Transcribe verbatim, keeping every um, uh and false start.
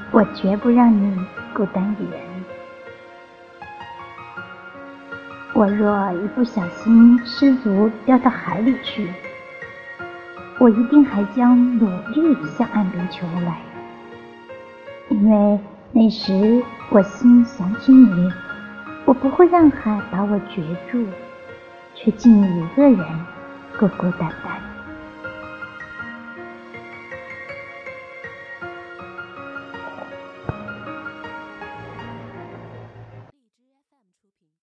我绝不让你孤单一人。我若一不小心失足掉到海里去，我一定还将努力向岸边求来，因为那时我心想起你，我不会让海把我攫住，却竟你一个人孤孤单单。